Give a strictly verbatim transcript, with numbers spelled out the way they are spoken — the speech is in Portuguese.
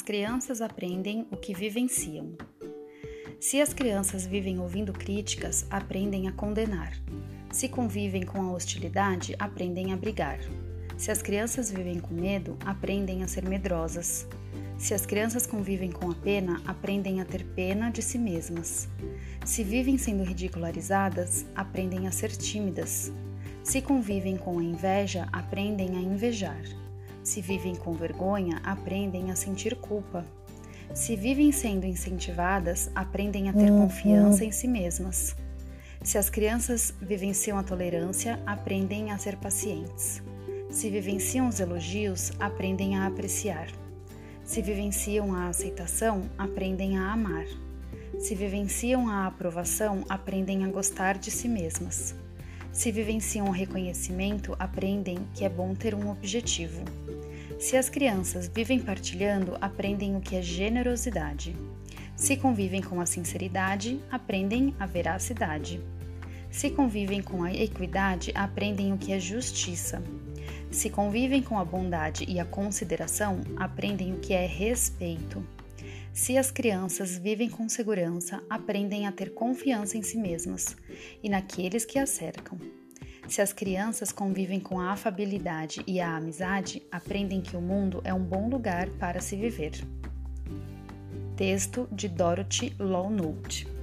crianças aprendem o que vivenciam. Se as crianças vivem ouvindo críticas, aprendem a condenar. Se convivem com a hostilidade, aprendem a brigar. Se as crianças vivem com medo, aprendem a ser medrosas. Se as crianças convivem com a pena, aprendem a ter pena de si mesmas. Se vivem sendo ridicularizadas, aprendem a ser tímidas. Se convivem com a inveja, aprendem a invejar. Se vivem com vergonha, aprendem a sentir culpa. Se vivem sendo incentivadas, aprendem a ter confiança em si mesmas. Se as crianças vivenciam a tolerância, aprendem a ser pacientes. Se vivenciam os elogios, aprendem a apreciar. Se vivenciam a aceitação, aprendem a amar. Se vivenciam a aprovação, aprendem a gostar de si mesmas. Se vivenciam o reconhecimento, aprendem que é bom ter um objetivo. Se as crianças vivem partilhando, aprendem o que é generosidade. Se convivem com a sinceridade, aprendem a veracidade. Se convivem com a equidade, aprendem o que é justiça. Se convivem com a bondade e a consideração, aprendem o que é respeito. Se as crianças vivem com segurança, aprendem a ter confiança em si mesmas e naqueles que as cercam. Se as crianças convivem com a afabilidade e a amizade, aprendem que o mundo é um bom lugar para se viver. Texto de Dorothy Lawnote.